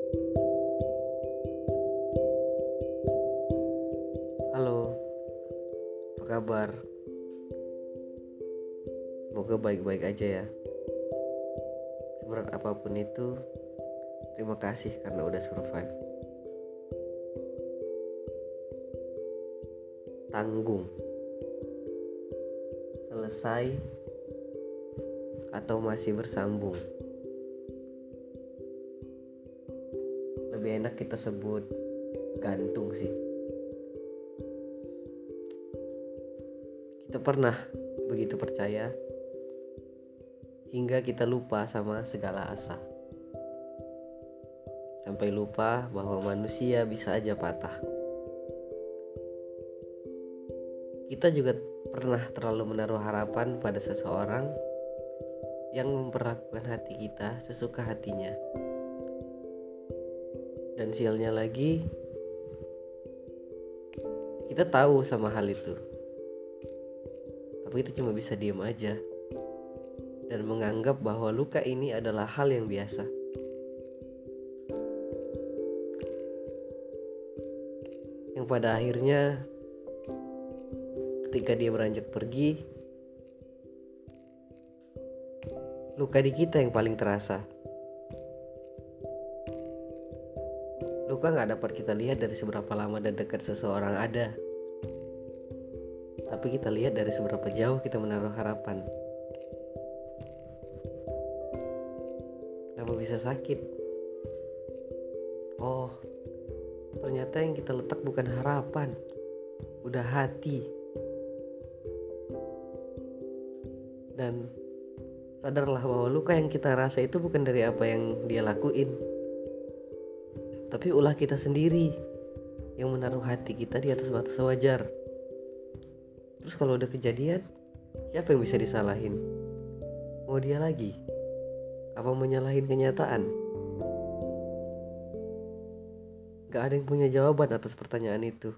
Halo, apa kabar? Semoga baik-baik aja ya. Seberat apapun itu, terima kasih karena udah survive. Tanggung, selesai atau masih bersambung. Lebih enak kita sebut gantung sih. Kita pernah begitu percaya hingga kita lupa sama segala asa. Sampai lupa bahwa manusia bisa aja patah. Kita juga pernah terlalu menaruh harapan pada seseorang yang memperlakukan hati kita sesuka hatinya. Dan sialnya lagi, kita tahu sama hal itu, tapi kita cuma bisa diam aja dan menganggap bahwa luka ini adalah hal yang biasa. Yang pada akhirnya ketika dia beranjak pergi, luka di kita yang paling terasa. Luka gak dapat kita lihat dari seberapa lama dan dekat seseorang ada, tapi kita lihat dari seberapa jauh kita menaruh harapan. Kenapa bisa sakit? Oh, ternyata yang kita letak bukan harapan, udah hati. Dan sadarlah bahwa luka yang kita rasa itu bukan dari apa yang dia lakuin, tapi ulah kita sendiri yang menaruh hati kita di atas batas wajar. Terus kalau udah kejadian, siapa yang bisa disalahin? Mau dia lagi? Apa menyalahin kenyataan? Gak ada yang punya jawaban atas pertanyaan itu.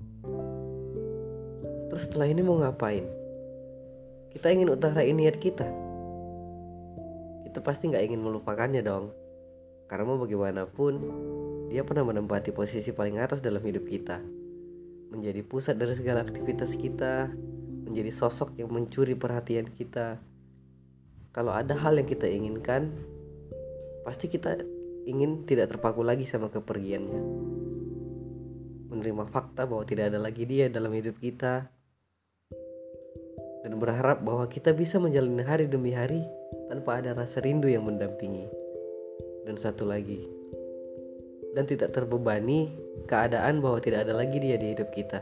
Terus setelah ini mau ngapain? Kita ingin utarain niat kita. Kita pasti gak ingin melupakannya dong. Karena mau bagaimanapun, dia pernah menempati posisi paling atas dalam hidup kita, menjadi pusat dari segala aktivitas kita, menjadi sosok yang mencuri perhatian kita. Kalau ada hal yang kita inginkan, pasti kita ingin tidak terpaku lagi sama kepergiannya, menerima fakta bahwa tidak ada lagi dia dalam hidup kita, dan berharap bahwa kita bisa menjalani hari demi hari tanpa ada rasa rindu yang mendampingi. Dan satu lagi, dan tidak terbebani keadaan bahwa tidak ada lagi dia di hidup kita.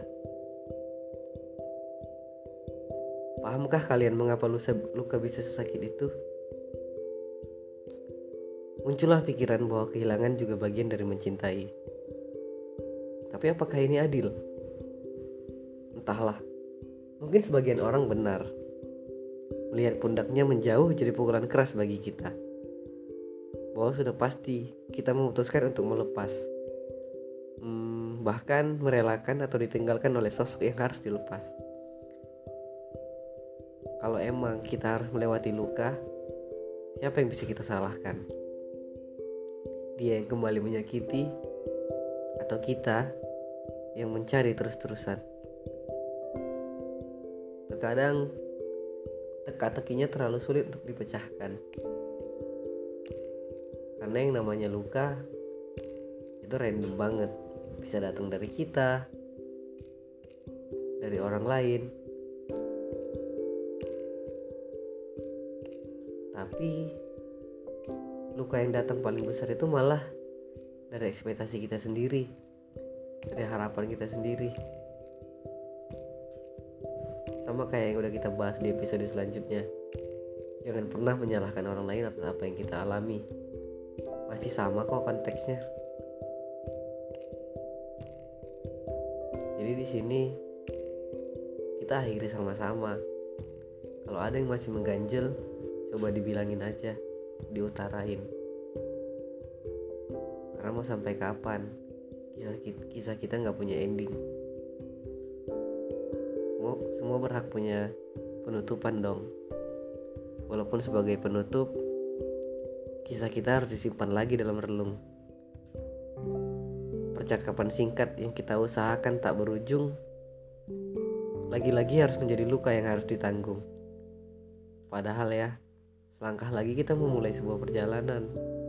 Pahamkah kalian mengapa luka bisa sesakit itu? Muncullah pikiran bahwa kehilangan juga bagian dari mencintai. Tapi apakah ini adil? Entahlah. Mungkin sebagian orang benar. Melihat pundaknya menjauh jadi pukulan keras bagi kita. Bahwa sudah pasti kita memutuskan untuk melepas, bahkan merelakan atau ditinggalkan oleh sosok yang harus dilepas. Kalau emang kita harus melewati luka, siapa yang bisa kita salahkan? Dia yang kembali menyakiti, atau kita yang mencari terus-terusan? Terkadang teka-tekinya terlalu sulit untuk dipecahkan. Karena yang namanya luka itu random banget. Bisa datang dari kita, dari orang lain. Tapi luka yang datang paling besar itu malah dari ekspektasi kita sendiri, dari harapan kita sendiri. Sama kayak yang udah kita bahas di episode selanjutnya. Jangan pernah menyalahkan orang lain atas apa yang kita alami. Masih sama kok konteksnya. Jadi di sini kita akhiri sama-sama. Kalau ada yang masih mengganjel, coba dibilangin aja, diutarain. Karena mau sampai kapan kisah kita nggak punya ending. Semua berhak punya penutupan dong. Walaupun sebagai penutup, kisah kita harus disimpan lagi dalam relung. percakapan singkat yang kita usahakan tak berujung, lagi-lagi harus menjadi luka yang harus ditanggung. Padahal ya, selangkah lagi kita memulai sebuah perjalanan.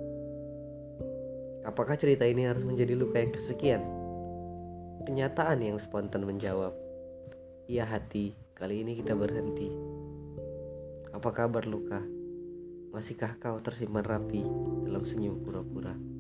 Apakah cerita ini harus menjadi luka yang kesekian? Kenyataan yang spontan menjawab, "Iya hati, kali ini kita berhenti." Apa kabar luka? Masihkah kau tersimpan rapi dalam senyum pura-pura?